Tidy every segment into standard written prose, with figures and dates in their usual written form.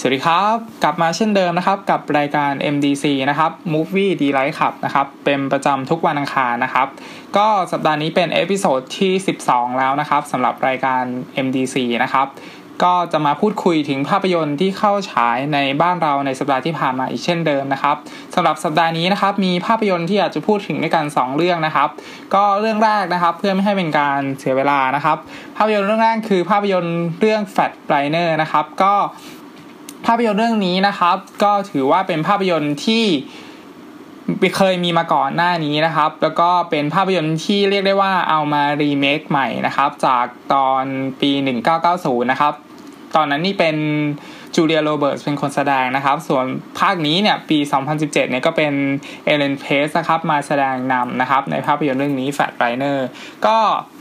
สวัสดีครับกลับมาเช่นเดิมนะครับกับรายการ MDC นะครับ Movie Delight Club นะครับเป็นประจำทุกวันอังคารนะครับก็สัปดาห์นี้เป็นเอพิโซดที่12แล้วนะครับสำหรับรายการ MDC นะครับก็จะมาพูดคุยถึงภาพยนตร์ที่เข้าฉายในบ้านเราในสัปดาห์ที่ผ่านมาอีกเช่นเดิมนะครับสำหรับสัปดาห์นี้นะครับมีภาพยนตร์ที่อยากจะพูดถึงด้วยกัน2เรื่องนะครับก็เรื่องแรกนะครับเพื่อไม่ให้เป็นการเสียเวลานะครับภาพยนตร์เรื่องแรกคือภาพยนตร์เรื่อง Flatliner นะครับก็ภาพยนตร์เรื่องนี้นะครับก็ถือว่าเป็นภาพยนตร์ที่เคยมีมาก่อนหน้านี้นะครับแล้วก็เป็นภาพยนตร์ที่เรียกได้ว่าเอามารีเมคใหม่นะครับจากตอนปี1990นะครับตอนนั้นนี่เป็นจูเลียโรเบิร์ตส์เป็นคนแสดงนะครับส่วนภาคนี้เนี่ยปี2017เนี่ยก็เป็นเอเลนเพสนะครับมาแสดงนำนะครับในภาพยนตร์เรื่องนี้ Flatliner ก็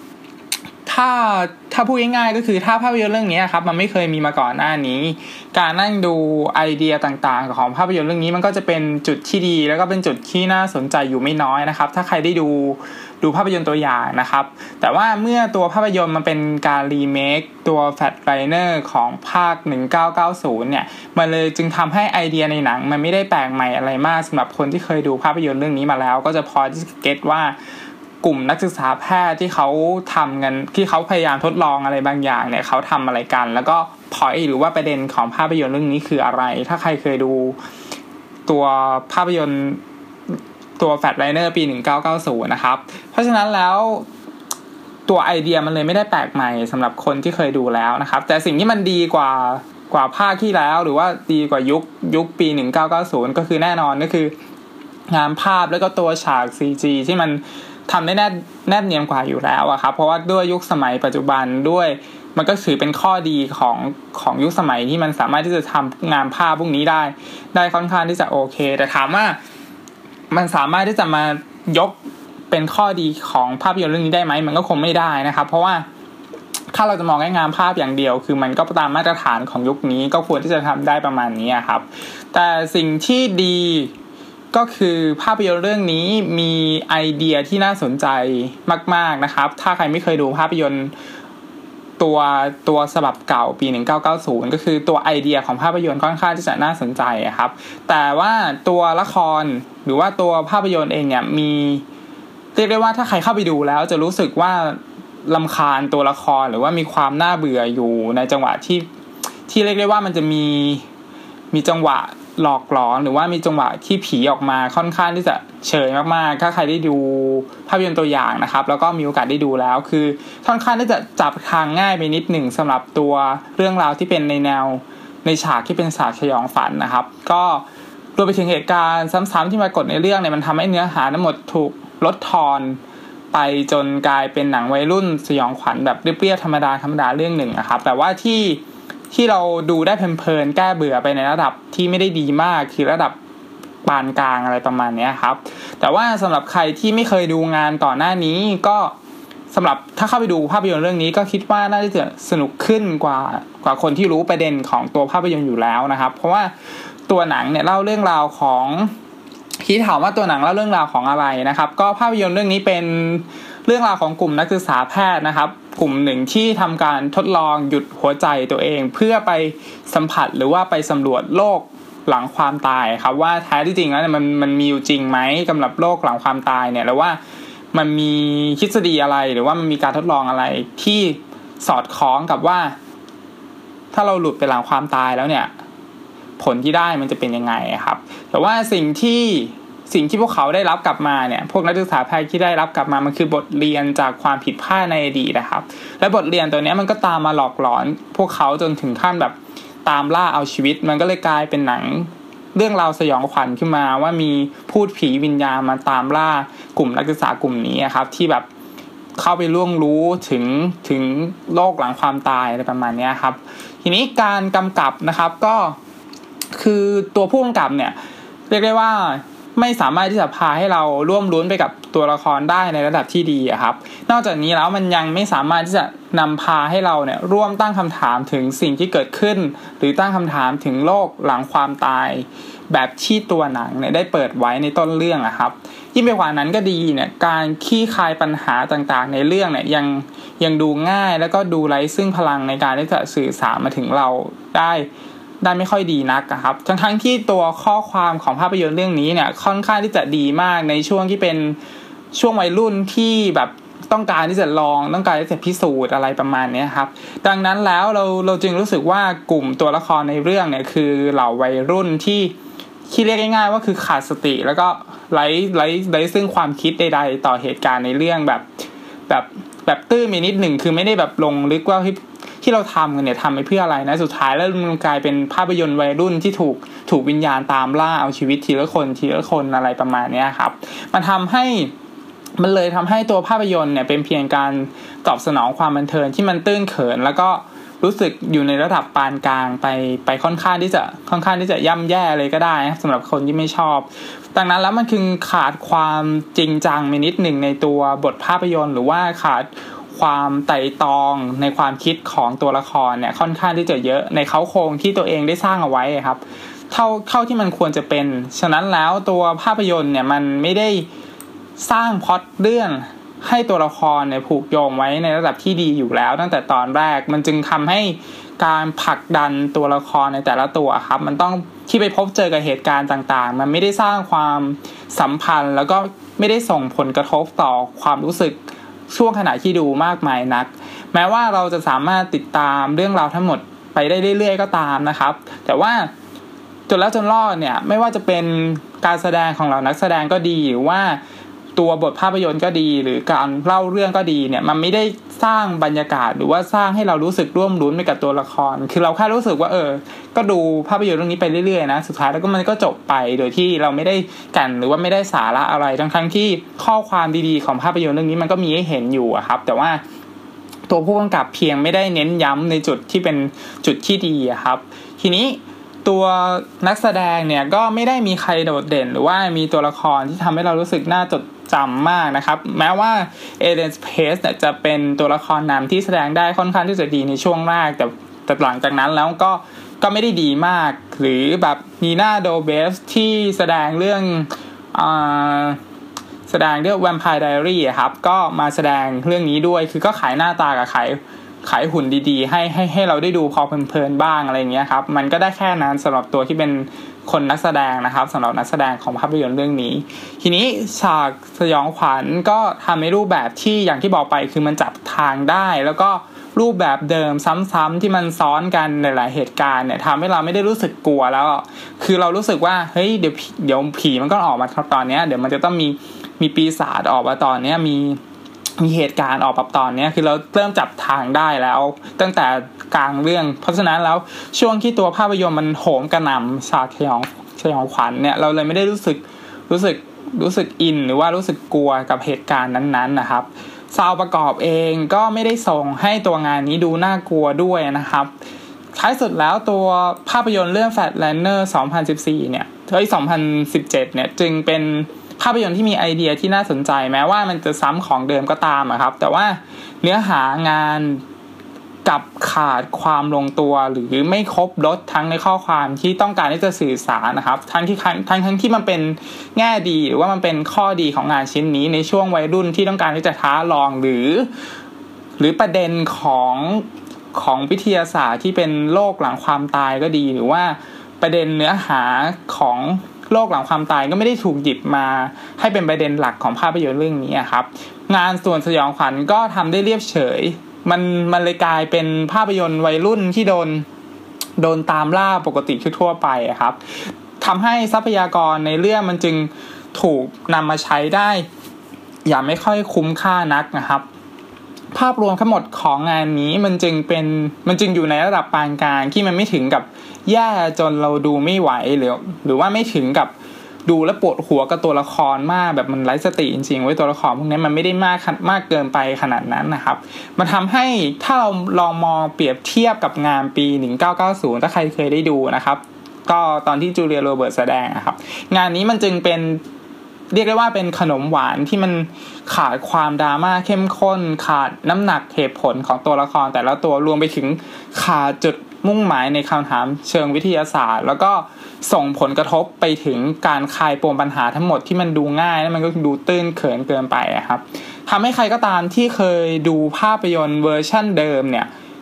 ถ้าพูดง่ายๆก็คือถ้าภาพยนตร์เรื่องนี้ครับมันไม่เคยมีมาก่อนหน้านี้การนั่งดูไอเดียต่างๆของภาพยนตร์เรื่องนี้มันก็จะเป็นจุดที่ดีแล้วก็เป็นจุดที่น่าสนใจอยู่ไม่น้อยนะครับถ้าใครได้ดูภาพยนตร์ตัวอย่างนะครับแต่ว่าเมื่อตัวภาพยนตร์มันเป็นการรีเมคตัว Flatliner ของภาค1990เนี่ยมันเลยจึงทำให้ไอเดียในหนังมันไม่ได้แปลกใหม่อะไรมากสำหรับคนที่เคยดูภาพยนตร์เรื่องนี้มาแล้วก็จะพอที่จะเก็ทว่ากลุ่มนักศึกษาแพทย์ที่เขาทำกันที่เขาพยายามทดลองอะไรบางอย่างเนี่ยเขาทำอะไรกันแล้วก็พอยต์หรือว่าประเด็นของภาพยนตร์เรื่องนี้คืออะไรถ้าใครเคยดูตัวภาพยนตร์ตัว Flatliner ปี1990นะครับเพราะฉะนั้นแล้วตัวไอเดียมันเลยไม่ได้แปลกใหม่สำหรับคนที่เคยดูแล้วนะครับแต่สิ่งที่มันดีกว่าภาคที่แล้วหรือว่าดีกว่ายุคปี1990ก็คือแน่นอนก็คืองานภาพแล้วก็ตัวฉาก CG ที่มันทำได้แนบเนียนกว่าอยู่แล้วอะครับเพราะว่าด้วยยุคสมัยปัจจุบันด้วยมันก็ถือเป็นข้อดีของยุคสมัยที่มันสามารถที่จะทำงานภาพพวกนี้ได้ค่อนข้างที่จะโอเคแต่ถามว่ามันสามารถที่จะมายกเป็นข้อดีของภาพยนตร์เรื่องนี้ได้ไหมมันก็คงไม่ได้นะครับเพราะว่าถ้าเราจะมองแค่งานภาพอย่างเดียวคือมันก็ตามมาตรฐานของยุคนี้ก็ควรที่จะทำได้ประมาณนี้ครับแต่สิ่งที่ดีก็คือภาพยนตร์เรื่องนี้มีไอเดียที่น่าสนใจมากๆนะครับถ้าใครไม่เคยดูภาพยนตร์ตัวฉบับเก่าปี1990ก็คือตัวไอเดียของภาพยนตร์ค่อนข้างที่จะน่าสนใจครับแต่ว่าตัวละครหรือว่าตัวภาพยนตร์เองเนี่ยมีเรียกได้ว่าถ้าใครเข้าไปดูแล้วจะรู้สึกว่ารำคาญตัวละครหรือว่ามีความน่าเบื่ออยู่ในจังหวะที่เรียกได้ว่ามันจะมีจังหวะหลอกหลอนหรือว่ามีจังหวะที่ผีออกมาค่อนข้างที่จะเฉยมากๆถ้าใครได้ดูภาพยนตร์ตัวอย่างนะครับแล้วก็มีโอกาสได้ดูแล้วคือค่อนข้างที่จะจับทางง่ายไปนิดหนึ่งสำหรับตัวเรื่องราวที่เป็นในแนวในฉากที่เป็นฉากสยองขวัญนะครับก็รวมไปถึงเหตุการณ์ซ้ำๆที่ปรากฏในเรื่องเนี่ยมันทำให้เนื้อหาทั้งหมดถูกลดทอนไปจนกลายเป็นหนังวัยรุ่นสยองขวัญแบบเปรี้ยวๆธรรมดาเรื่องหนึ่งนะครับแต่ว่าที่เราดูได้เพลินๆแก้เบื่อไปในระดับที่ไม่ได้ดีมากคือระดับปานกลางอะไรประมาณนี้ครับแต่ว่าสำหรับใครที่ไม่เคยดูงานก่อนหน้านี้ก็สำหรับถ้าเข้าไปดูภาพยนตร์เรื่องนี้ก็คิดว่าน่าจะสนุกขึ้นกว่าคนที่รู้ประเด็นของตัวภาพยนตร์อยู่แล้วนะครับเพราะว่าตัวหนังเนี่ยเล่าเรื่องราวของที่ถามว่าตัวหนังเล่าเรื่องราวของอะไรนะครับก็ภาพยนตร์เรื่องนี้เป็นเรื่องราวของกลุ่มนักศึกษาแพทย์นะครับกลุ่มหนึ่งที่ทำการทดลองหยุดหัวใจตัวเองเพื่อไปสัมผัสหรือว่าไปสำรวจโลกหลังความตายครับว่าแท้ที่จริงแล้วมันมีอยู่จริงไหมสำหรับโลกหลังความตายเนี่ยแล้วว่ามันมีทฤษฎีอะไรหรือว่ามันมีการทดลองอะไรที่สอดคล้องกับว่าถ้าเราหลุดไปหลังความตายแล้วเนี่ยผลที่ได้มันจะเป็นยังไงครับแต่ว่าสิ่งที่พวกเขาได้รับกลับมาเนี่ยพวกนักศึกษาแพทย์ที่ได้รับกลับมามันคือบทเรียนจากความผิดพลาดในอดีตนะครับและบทเรียนตัวนี้มันก็ตามมาหลอกหลอนพวกเขาจนถึงขั้นแบบตามล่าเอาชีวิตมันก็เลยกลายเป็นหนังเรื่องราวสยองขวัญขึ้นมาว่ามีพูดผีวิญญาณมาตามล่ากลุ่มนักศึกษากลุ่มนี้ครับที่แบบเข้าไปล่วงรู้ถึงโลกหลังความตายอะไรประมาณนี้ครับทีนี้การกำกับนะครับก็คือตัวผู้กำกับเนี่ยเรียกได้ว่าไม่สามารถที่จะพาให้เราร่วมลุ้นไปกับตัวละครได้ในระดับที่ดีครับนอกจากนี้แล้วมันยังไม่สามารถที่จะนำพาให้เราเนี่ยร่วมตั้งคำถามถึงสิ่งที่เกิดขึ้นหรือตั้งคำถามถึงโลกหลังความตายแบบที่ตัวหนังเนี่ยได้เปิดไว้ในต้นเรื่องครับยิ่งไปกว่านั้นก็ดีเนี่ยการคลี่คลายปัญหาต่างๆในเรื่องเนี่ยยังดูง่ายแล้วก็ดูไร้ซึ่งพลังในการที่จะสื่อสารมาถึงเราได้ได้ไม่ค่อยดีนักครับทั้งที่ตัวข้อความของภาพยนตร์เรื่องนี้เนี่ยค่อนข้างที่จะดีมากในช่วงที่เป็นช่วงวัยรุ่นที่แบบต้องการที่จะลองต้องการที่จะพิสูจน์อะไรประมาณนี้ครับดังนั้นแล้วเราจึงรู้สึกว่ากลุ่มตัวละครในเรื่องเนี่ยคือเหล่าวัยรุ่นที่เรียกง่ายๆว่าคือขาดสติแล้วก็ไร้ซึ่งความคิดใดๆต่อเหตุการณ์ในเรื่องแบบตื้นมีนิดหนึ่งคือไม่ได้แบบลงลึกว่าที่เราทำกันเนี่ยทำไปเพื่ออะไรนะสุดท้ายแล้วมันกลายเป็นภาพยนตร์วัยรุ่นที่ถูกวิญญาณตามล่าเอาชีวิตทีละคนอะไรประมาณนี้ครับมันเลยทำให้ตัวภาพยนตร์เนี่ยเป็นเพียงการตอบสนองความบันเทิงที่มันตื้นเขินแล้วก็รู้สึกอยู่ในระดับปานกลางไปค่อนข้างที่จะย่ำแย่เลยก็ได้สำหรับคนที่ไม่ชอบดังนั้นแล้วมันคือขาดความจริงจังไปนิดหนึ่งในตัวบทภาพยนตร์หรือว่าขาดความไต่ตรองในความคิดของตัวละครเนี่ยค่อนข้างที่จะเยอะในเค้าโครงที่ตัวเองได้สร้างเอาไว้ครับเท่าที่มันควรจะเป็นฉะนั้นแล้วตัวภาพยนตร์เนี่ยมันไม่ได้สร้างพล็อตเรื่องให้ตัวละครเนี่ยผูกโยงไว้ในระดับที่ดีอยู่แล้วตั้งแต่ตอนแรกมันจึงทำให้การผลักดันตัวละครในแต่ละตัวครับมันต้องที่ไปพบเจอกับเหตุการณ์ต่างๆมันไม่ได้สร้างความสัมพันธ์แล้วก็ไม่ได้ส่งผลกระทบต่อความรู้สึกช่วงขณะที่ดูมากมายนักแม้ว่าเราจะสามารถติดตามเรื่องราวทั้งหมดไปได้เรื่อยๆก็ตามนะครับแต่ว่าจนแล้วจนรอดเนี่ยไม่ว่าจะเป็นการแสดงของเรานักแสดงก็ดีหรือว่าตัวบทภาพยนตร์ก็ดีหรือการเล่าเรื่องก็ดีเนี่ยมันไม่ได้สร้างบรรยากาศหรือว่าสร้างให้เรารู้สึกร่วมรุ้นไปกับตัวละครคือเราแค่รู้สึกว่าก็ดูภาพยนตร์เรื่องนี้ไปเรื่อยๆนะสุดท้ายแล้วก็มันก็จบไปโดยที่เราไม่ได้กันหรือว่าไม่ได้สาระอะไรทั้งที่ข้อความดีๆของภาพยนตร์เรื่องนี้มันก็มีให้เห็นอยู่ครับแต่ว่าตัวผู้กำกับเพียงไม่ได้เน้นย้ำในจุดที่เป็นจุดที่ดีครับทีนี้ตัวนักแสดงเนี่ยก็ไม่ได้มีใครโดดเด่นหรือว่ามีตัวละครที่ทำให้เรารู้สึกน่าจดจำมากนะครับแม้ว่าเอเลน เพจเนี่ยจะเป็นตัวละครนำที่แสดงได้ค่อนข้างที่จะดีในช่วงแรกแต่หลังจากนั้นแล้วก็ไม่ได้ดีมากหรือแบบนีน่าโดเบฟที่แสดงเรื่องVampire Diary ครับก็มาแสดงเรื่องนี้ด้วยคือก็ขายหน้าตากับขายหุ่นดีๆให้เราได้ดูพอเพลินๆบ้างอะไรอย่างเงี้ยครับมันก็ได้แค่นั้นสำหรับตัวที่เป็นคนนักแสดงนะครับสำหรับนักแสดงของภาพยนตร์เรื่องนี้ทีนี้ฉากสยองขวัญก็ทำในรูปแบบที่อย่างที่บอกไปคือมันจับทางได้แล้วก็รูปแบบเดิมซ้ำๆที่มันซ้อนกันหลายๆเหตุการณ์เนี่ยทำให้เราไม่ได้รู้สึกกลัวแล้วคือเรารู้สึกว่าเฮ้ยเดี๋ยวผีมันก็ออกมาตอนนี้เดี๋ยวมันจะต้องมีปีศาจออกมาตอนนี้มีเหตุการณ์ออกแบบตอนนี้คือเราเริ่มจับทางได้แล้วตั้งแต่กลางเรื่องเพราะฉะนั้นแล้วช่วงที่ตัวภาพยนตร์มันโหมกระหน่ำฉากสยองขวัญเนี่ยเราเลยไม่ได้รู้สึกอินหรือว่ารู้สึกกลัวกับเหตุการณ์นั้นๆนะครับซาวด์ประกอบเองก็ไม่ได้ส่งให้ตัวงานนี้ดูน่ากลัวด้วยนะครับท้ายสุดแล้วตัวภาพยนตร์เรื่อง Flatlander 2014เนี่ย2017เนี่ยจึงเป็นภาพยนตร์ที่มีไอเดียที่น่าสนใจแม้ว่ามันจะซ้ำของเดิมก็ตามครับแต่ว่าเนื้อหางานกับขาดความลงตัวหรือไม่ครบรสทั้งในข้อความที่ต้องการที่จะสื่อสารนะครับทั้งที่มันเป็นแง่ดีหรือว่ามันเป็นข้อดีของงานชิ้นนี้ในช่วงวัยรุ่นที่ต้องการที่จะท้าลองหรือประเด็นของวิทยาศาสตร์ที่เป็นโลกหลังความตายก็ดีหรือว่าประเด็นเนื้อหาของโลกหลังความตายก็ไม่ได้ถูกหยิบมาให้เป็นประเด็นหลักของภาพยนตร์เรื่องนี้ครับงานส่วนสยองขวัญก็ทำได้เรียบเฉยมันเลยกลายเป็นภาพยนตร์วัยรุ่นที่โดนตามล่าปกติทั่วไปครับทำให้ทรัพยากรในเรื่องมันจึงถูกนำมาใช้ได้อย่างไม่ค่อยคุ้มค่านักนะครับภาพรวมทั้งหมดของงานนี้มันจึงอยู่ในระดับปานกลางที่มันไม่ถึงกับแย่จนเราดูไม่ไหวหรือว่าไม่ถึงกับดูแล้วปวดหัวกับตัวละครมากแบบมันไร้สติจริงๆไว้ตัวละครพวกนี้มันไม่ได้มากเกินไปขนาดนั้นนะครับมันทำให้ถ้าเราลองมองเปรียบเทียบกับงานปี1990ถ้าใครเคยได้ดูนะครับก็ตอนที่จูเลียโรเบิร์ตแสดงนะครับงานนี้มันจึงเป็นเรียกได้ว่าเป็นขนมหวานที่มันขาดความดราม่าเข้มข้นขาดน้ำหนักเหตุผลของตัวละครแต่ละตัวรวมไปถึงขาดจุดมุ่งหมายในคำถามเชิงวิทยาศาสตร์แล้วก็ส่งผลกระทบไปถึงการคลายปมปัญหาทั้งหมดที่มันดูง่ายแล้วมันก็ดูตื้นเขินเกินไปครับทำให้ใครก็ตามที่เคยดูภาพยนตร์เวอร์ชั่นเดิมเนี่ย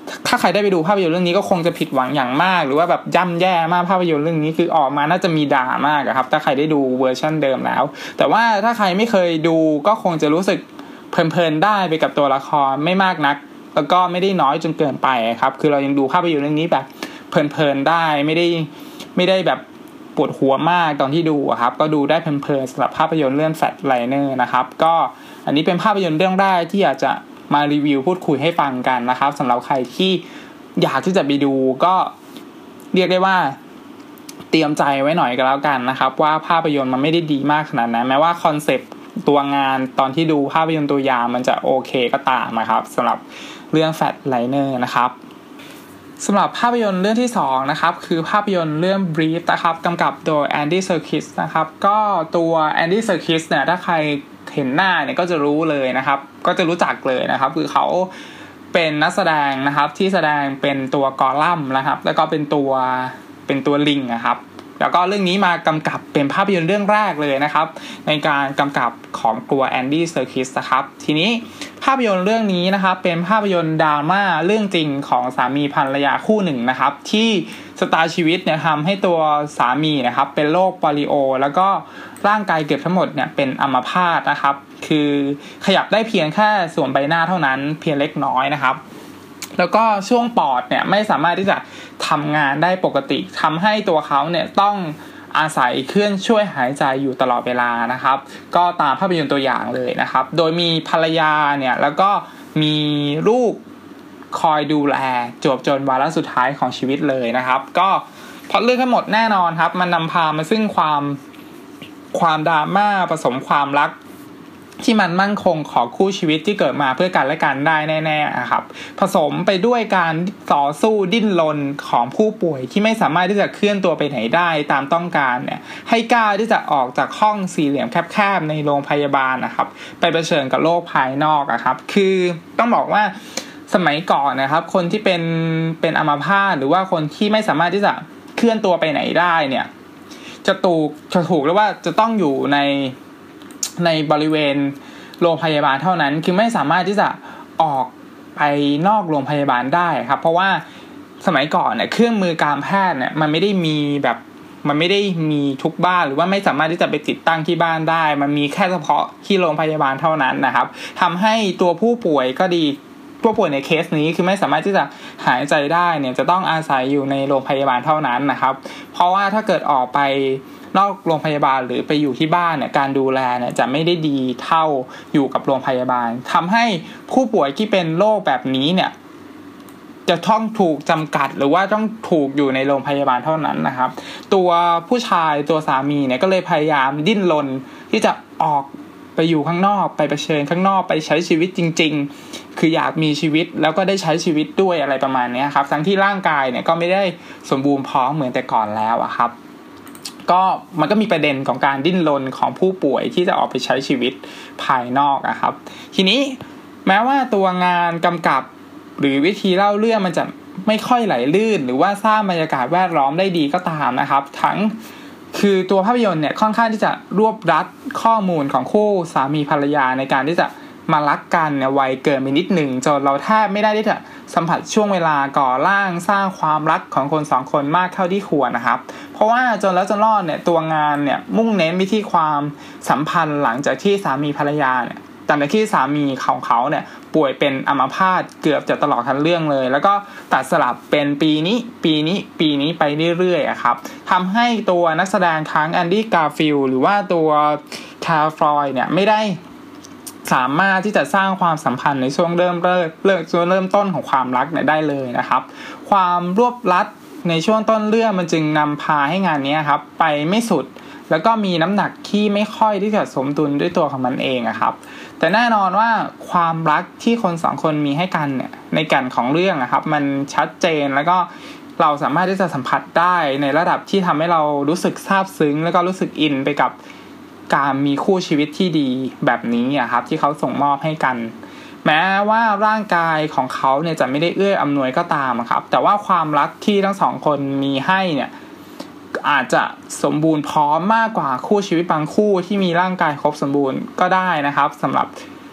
ถ้าใครได้ไปดูภาพยนตร์เรื่องนี้ก็คงจะผิดหวังอย่างมากหรือว่าแบบย่ำแย่มากภาพยนตร์เรื่องนี้คือออกมาน่าจะมีด่ามากครับถ้าใครได้ดูเวอร์ชันเดิมแล้วแต่ว่าถ้าใครไม่เคยดูก็คงจะรู้สึกเพลินๆได้ไปกับตัวละครไม่มากนักแล้วก็ไม่ได้น้อยจนเกินไปครับคือเรายังดูภาพยนตร์เรื่องนี้แบบเพลินๆได้ไม่ได้แบบปวดหัวมากตอนที่ดูครับก็ดูได้เพลินๆสำหรับภาพยนตร์เรื่อง Flatliner นะครับก็อันนี้เป็นภาพยนตร์เรื่องแรกที่อยากจะมารีวิวพูดคุยให้ฟังกันนะครับสำหรับใครที่อยากที่จะไปดูก็เรียกได้ว่าเตรียมใจไว้หน่อยก็แล้วกันนะครับว่าภาพยนตร์มันไม่ได้ดีมากขนาดนั้นแม้ว่าคอนเซปต์ตัวงานตอนที่ดูภาพยนตร์ตัวอย่างมันจะโอเคก็ตามนะครับสำหรับเรื่อง Flatliner นะครับสำหรับภาพยนตร์เรื่องที่2นะครับคือภาพยนตร์เรื่อง Brief นะครับกำกับโดย Andy Serkis นะครับก็ตัว Andy Serkis เนี่ยถ้าใครเห็นหน้าเนี่ยก็จะรู้เลยนะครับก็จะรู้จักเลยนะครับคือเขาเป็นนักแสดงนะครับที่แสดงเป็นตัวกอลัมน์นะครับแล้วก็เป็นตัวลิงนะครับแล้วก็เรื่องนี้มากำกับเป็นภาพยนตร์เรื่องแรกเลยนะครับในการกำกับของตัวแอนดี้เซอร์คิสนะครับทีนี้ภาพยนตร์เรื่องนี้นะครับเป็นภาพยนตร์ดราม่าเรื่องจริงของสามีภรรยาคู่หนึ่งนะครับที่ชะตาชีวิตเนี่ยทำให้ตัวสามีนะครับเป็นโรคโปลิโอแล้วก็ร่างกายเกือบทั้งหมดเนี่ยเป็นอัมพาตนะครับคือขยับได้เพียงแค่ส่วนใบหน้าเท่านั้นเพียงเล็กน้อยนะครับแล้วก็ช่วงปอดเนี่ยไม่สามารถที่จะทำงานได้ปกติทำให้ตัวเขาเนี่ยต้องอาศัยเครื่องช่วยหายใจอยู่ตลอดเวลานะครับก็ตามภาพยนตร์ตัวอย่างเลยนะครับโดยมีภรรยาเนี่ยแล้วก็มีลูกคอยดูแลจวบจนวาระสุดท้ายของชีวิตเลยนะครับก็พล็อตเรื่องทั้งหมดแน่นอนครับมันนำพามาซึ่งความดราม่าผสมความรักที่มันมั่นคงของคู่ชีวิตที่เกิดมาเพื่อกันและกันได้แน่ๆนะครับผสมไปด้วยการต่อสู้ดิ้นรนของผู้ป่วยที่ไม่สามารถที่จะเคลื่อนตัวไปไหนได้ตามต้องการเนี่ยให้กล้าที่จะออกจากห้องสี่เหลี่ยมแคบๆในโรงพยาบาลนะครับไปเผชิญกับโลกภายนอกครับคือต้องบอกว่าสมัยก่อนนะครับคนที่เป็นอัมพาตหรือว่าคนที่ไม่สามารถที่จะเคลื่อนตัวไปไหนได้เนี่ยจะถูกหรือว่าจะต้องอยู่ในบริเวณโรงพยาบาลเท่านั้นคือไม่สามารถที่จะออกไปนอกโรงพยาบาลได้ครับเพราะว่าสมัยก่อนเนี่ยเครื่องมือการแพทย์เนี่ยมันไม่ได้มีทุกบ้านหรือว่าไม่สามารถที่จะไปติดตั้งที่บ้านได้มันมีแค่เฉพาะที่โรงพยาบาลเท่านั้นนะครับทำให้ตัวผู้ป่วยก็ดีผู้ป่วยในเคสนี้คือไม่สามารถที่จะหายใจได้เนี่ยจะต้องอาศัยอยู่ในโรงพยาบาลเท่านั้นนะครับเพราะว่าถ้าเกิดออกไปนอกโรงพยาบาลหรือไปอยู่ที่บ้านเนี่ยการดูแลเนี่ยจะไม่ได้ดีเท่าอยู่กับโรงพยาบาลทำให้ผู้ป่วยที่เป็นโรคแบบนี้เนี่ยจะต้องถูกจำกัดหรือว่าต้องถูกอยู่ในโรงพยาบาลเท่านั้นนะครับตัวผู้ชายตัวสามีเนี่ยก็เลยพยายามดิ้นรนที่จะออกไปอยู่ข้างนอกไปเผชิญข้างนอกไปใช้ชีวิตจริงๆคืออยากมีชีวิตแล้วก็ได้ใช้ชีวิตด้วยอะไรประมาณนี้ครับทั้งที่ร่างกายเนี่ยก็ไม่ได้สมบูรณ์พร้อมเหมือนแต่ก่อนแล้วครับก็มันก็มีประเด็นของการดิ้นรนของผู้ป่วยที่จะออกไปใช้ชีวิตภายนอกครับทีนี้แม้ว่าตัวงานกำกับหรือวิธีเล่าเรื่องมันจะไม่ค่อยไหลลื่นหรือว่าสร้างบรรยากาศแวดล้อมได้ดีก็ตามนะครับทั้งคือตัวภาพยนตร์เนี่ยค่อนข้างที่จะรวบรัดข้อมูลของคู่สามีภรรยาในการที่จะมารักกันเนี่ยไวเกินไปนิดหนึ่งจนเราแทบไม่ได้ที่จะสัมผัสช่วงเวลาก่อร่างสร้างความรักของคนสองคนมากเท่าที่ควรนะครับเพราะว่าจนแล้วจนรอดเนี่ยตัวงานเนี่ยมุ่งเน้นไปที่ความสัมพันธ์หลังจากที่สามีภรรยาเนี่ยแต่ในที่สามีของเขาเนี่ยป่วยเป็นอัมพาตเกือบจะตลอดทั้งเรื่องเลยแล้วก็ตัดสลับเป็นปีนี้ไปเรื่อยๆครับทำให้ตัวนักแสดงทั้งแอนดี้การ์ฟิลด์หรือว่าตัวแคลฟรอยด์เนี่ยไม่ได้สามารถที่จะสร้างความสัมพันธ์ในช่วงเริ่มต้นของความรักเนี่ยได้เลยนะครับความรวบรัดในช่วงต้นเรื่องมันจึงนำพาให้งานนี้ครับไปไม่สุดแล้วก็มีน้ำหนักที่ไม่ค่อยที่จะสมดุลด้วยตัวของมันเองครับแต่แน่นอนว่าความรักที่คนสองคนมีให้กันเนี่ยในแก่นของเรื่องครับมันชัดเจนแล้วก็เราสามารถที่จะสัมผัสได้ในระดับที่ทำให้เรารู้สึกซาบซึ้งแล้วก็รู้สึกอินไปกับการมีคู่ชีวิตที่ดีแบบนี้ครับที่เขาส่งมอบให้กันแม้ว่าร่างกายของเขาเนี่ยจะไม่ได้เอื้ออำนวยก็ตามครับแต่ว่าความรักที่ทั้งสองคนมีให้เนี่ยอาจจะสมบูรณ์พร้อมมากกว่าคู่ชีวิตบางคู่ที่มีร่างกายครบสมบูรณ์ก็ได้นะครับสำหรับ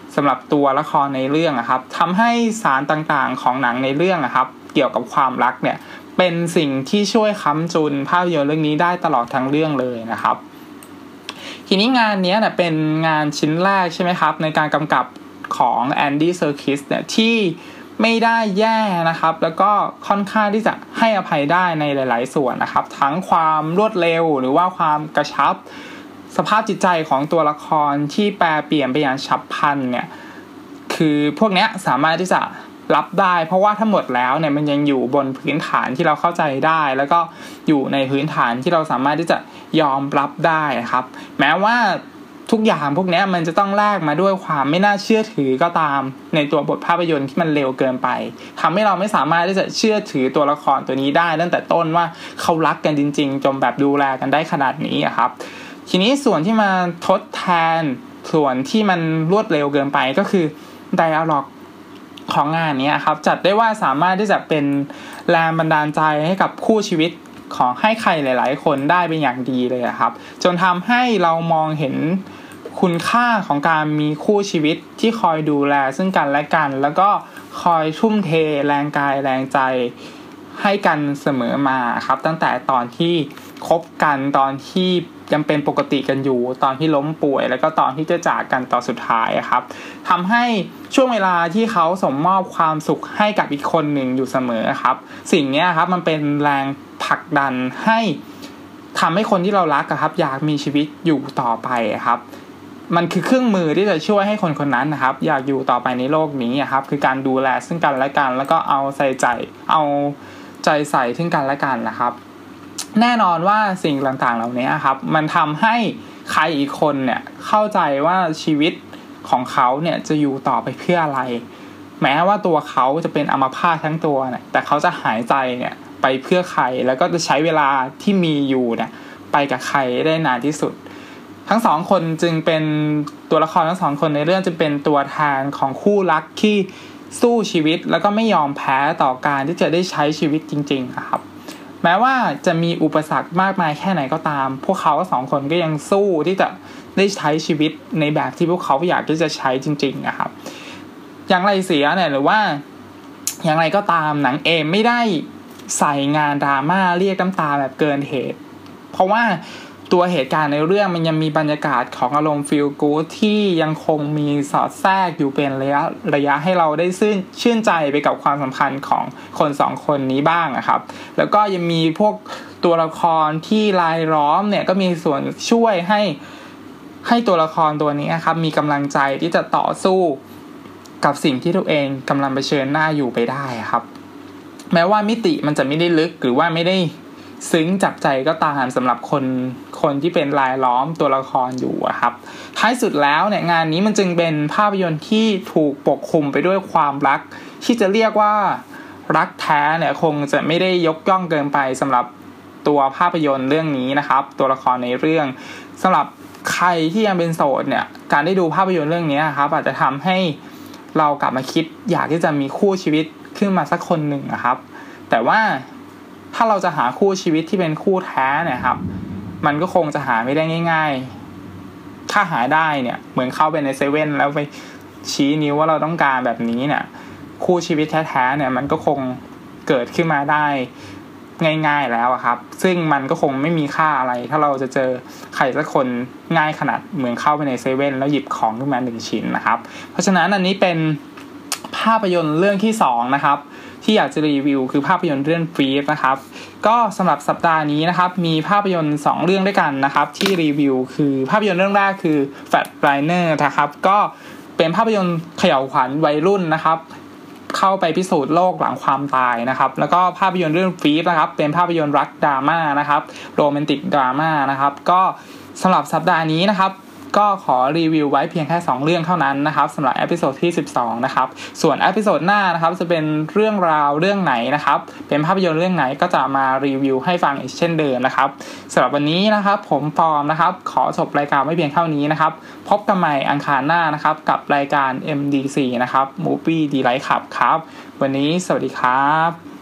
สำหรับตัวละครในเรื่องครับทำให้สารต่างๆของหนังในเรื่องครับเกี่ยวกับความรักเนี่ยเป็นสิ่งที่ช่วยค้ำจุนภาพยนตร์เรื่องนี้ได้ตลอดทั้งเรื่องเลยนะครับทีนี้งานนี้เนี่ยเป็นงานชิ้นแรกใช่ไหมครับในการกำกับของแอนดี้เซอร์คิสเนี่ยที่ไม่ได้แย่นะครับแล้วก็ค่อนข้างที่จะให้อภัยได้ในหลายๆส่วนนะครับทั้งความรวดเร็วหรือว่าความกระชับสภาพจิตใจของตัวละครที่แปรเปลี่ยนไปอย่างฉับพลันเนี่ยคือพวกเนี้ยสามารถที่จะรับได้เพราะว่าทั้งหมดแล้วเนี่ยมันยังอยู่บนพื้นฐานที่เราเข้าใจได้แล้วก็อยู่ในพื้นฐานที่เราสามารถที่จะยอมรับได้ครับแม้ว่าทุกอย่างพวกนี้มันจะต้องแลกมาด้วยความไม่น่าเชื่อถือก็ตามในตัวบทภาพยนตร์ที่มันเร็วเกินไปทำให้เราไม่สามารถที่จะเชื่อถือตัวละครตัวนี้ได้ตั้งแต่ต้นว่าเขารักกันจริงๆจนแบบดูแลกันได้ขนาดนี้ครับทีนี้ส่วนที่มาทดแทนส่วนที่มันรวดเร็วเกินไปก็คือไดอะล็อกของงานนี้ครับจัดได้ว่าสามารถที่จะเป็นแรงบันดาลใจให้กับคู่ชีวิตของให้ใครหลายๆคนได้เป็นอย่างดีเลยครับจนทำให้เรามองเห็นคุณค่าของการมีคู่ชีวิตที่คอยดูแลซึ่งกันและกันแล้วก็คอยทุ่มเทแรงกายแรงใจให้กันเสมอมาครับตั้งแต่ตอนที่คบกันตอนที่ยังเป็นปกติกันอยู่ตอนที่ล้มป่วยแล้วก็ตอนที่จะจากกันตอนสุดท้ายครับทำให้ช่วงเวลาที่เขาส่งมอบความสุขให้กับอีกคนหนึ่งอยู่เสมอครับสิ่งนี้ครับมันเป็นแรงผลักดันให้ทำให้คนที่เรารักครับอยากมีชีวิตอยู่ต่อไปครับมันคือเครื่องมือที่จะช่วยให้คนคนนั้นนะครับอยากอยู่ต่อไปในโลกนี้ครับคือการดูแลซึ่งกันและกันแล้วก็เอาใจใส่ซึ่งกันและกันนะครับแน่นอนว่าสิ่งต่างๆเหล่านี้ครับมันทำให้ใครอีกคนเนี่ยเข้าใจว่าชีวิตของเขาเนี่ยจะอยู่ต่อไปเพื่ออะไรแม้ว่าตัวเขาจะเป็นอัมพาตทั้งตัวเนี่ยแต่เขาจะหายใจเนี่ยไปเพื่อใครแล้วก็จะใช้เวลาที่มีอยู่เนี่ยไปกับใครได้นานที่สุดทั้งสองคนจึงเป็นตัวละครทั้งสองคนในเรื่องจะเป็นตัวแทนของคู่รักที่สู้ชีวิตแล้วก็ไม่ยอมแพ้ต่อการที่จะได้ใช้ชีวิตจริงๆครับแม้ว่าจะมีอุปสรรคมากมายแค่ไหนก็ตามพวกเขาสองคนก็ยังสู้ที่จะได้ใช้ชีวิตในแบบที่พวกเขาอยากที่จะใช้จริงๆนะครับอย่างไรเสียเนี่ยหรือว่าอย่างไรก็ตามหนังเอมไม่ได้ใส่งานดราม่าเรียกน้ำตาแบบเกินเหตุเพราะว่าตัวเหตุการณ์ในเรื่องมันยังมีบรรยากาศของอารมณ์ฟีลกู๊ดที่ยังคงมีสอดแทรกอยู่เป็นระยะให้เราได้ชื่นใจไปกับความสัมพันธ์ของคนสองคนนี้บ้างนะครับแล้วก็ยังมีพวกตัวละครที่รายล้อมเนี่ยก็มีส่วนช่วยให้ตัวละครตัวนี้ครับมีกำลังใจที่จะต่อสู้กับสิ่งที่ตัวเองกำลังเผชิญหน้าอยู่ไปได้ครับแม้ว่ามิติมันจะไม่ได้ลึกหรือว่าไม่ได้ซึ้งจับใจก็ตามสำหรับคนที่เป็นรายล้อมตัวละครอยู่ครับท้ายสุดแล้วเนี่ยงานนี้มันจึงเป็นภาพยนตร์ที่ถูกปกคลุมไปด้วยความรักที่จะเรียกว่ารักแท้เนี่ยคงจะไม่ได้ยกย่องเกินไปสำหรับตัวภาพยนตร์เรื่องนี้นะครับตัวละครในเรื่องสำหรับใครที่ยังเป็นโสดเนี่ยการได้ดูภาพยนตร์เรื่องนี้ครับอาจจะทำให้เรากลับมาคิดอยากที่จะมีคู่ชีวิตขึ้นมาสักคนหนึ่งนะครับแต่ว่าถ้าเราจะหาคู่ชีวิตที่เป็นคู่แท้เนี่ยครับมันก็คงจะหาไม่ได้ง่ายๆถ้าหาได้เนี่ยเหมือนเข้าไปในเซเว่นแล้วไปชี้นิ้วว่าเราต้องการแบบนี้เนี่ยคู่ชีวิตแท้ๆเนี่ยมันก็คงเกิดขึ้นมาได้ง่ายๆแล้วครับซึ่งมันก็คงไม่มีค่าอะไรถ้าเราจะเจอใครสักคนง่ายขนาดเหมือนเข้าไปในเซเว่นแล้วหยิบของขึ้นมา1ชิ้นนะครับเพราะฉะนั้นอันนี้เป็นภาพยนตร์เรื่องที่2นะครับที่อยากจะรีวิวคือภาพยนตร์เรื่อง Brief นะครับก็สำหรับสัปดาห์นี้นะครับมีภาพยนตร์2เรื่องด้วยกันนะครับที่รีวิวคือภาพยนตร์เรื่องแรกคือ Flatliner นะครับก็เป็นภาพยนตร์เขย่าวขวัญวัยรุ่นนะครับเข้าไปพิสูจน์โลกหลังความตายนะครับแล้วก็ภาพยนตร์เรื่อง Brief นะครับเป็นภาพยนตร์รักดราม่านะครับโรแมนติกดราม่านะครับก็สำหรับสัปดาห์นี้นะครับก็ขอรีวิวไว้เพียงแค่2เรื่องเท่านั้นนะครับสำหรับเอพิโซดที่12นะครับส่วนเอพิโซดหน้านะครับจะเป็นเรื่องราวเรื่องไหนนะครับเป็นภาพยนตร์เรื่องไหนก็จะมารีวิวให้ฟังอีกเช่นเดิมนะครับสำหรับวันนี้นะครับผมปอมนะครับขอจบรายการไว้เพียงเท่านี้นะครับพบกันใหม่อังคารหน้านะครับกับรายการ MDC นะครับ Movie Delight Club ครับวันนี้สวัสดีครับ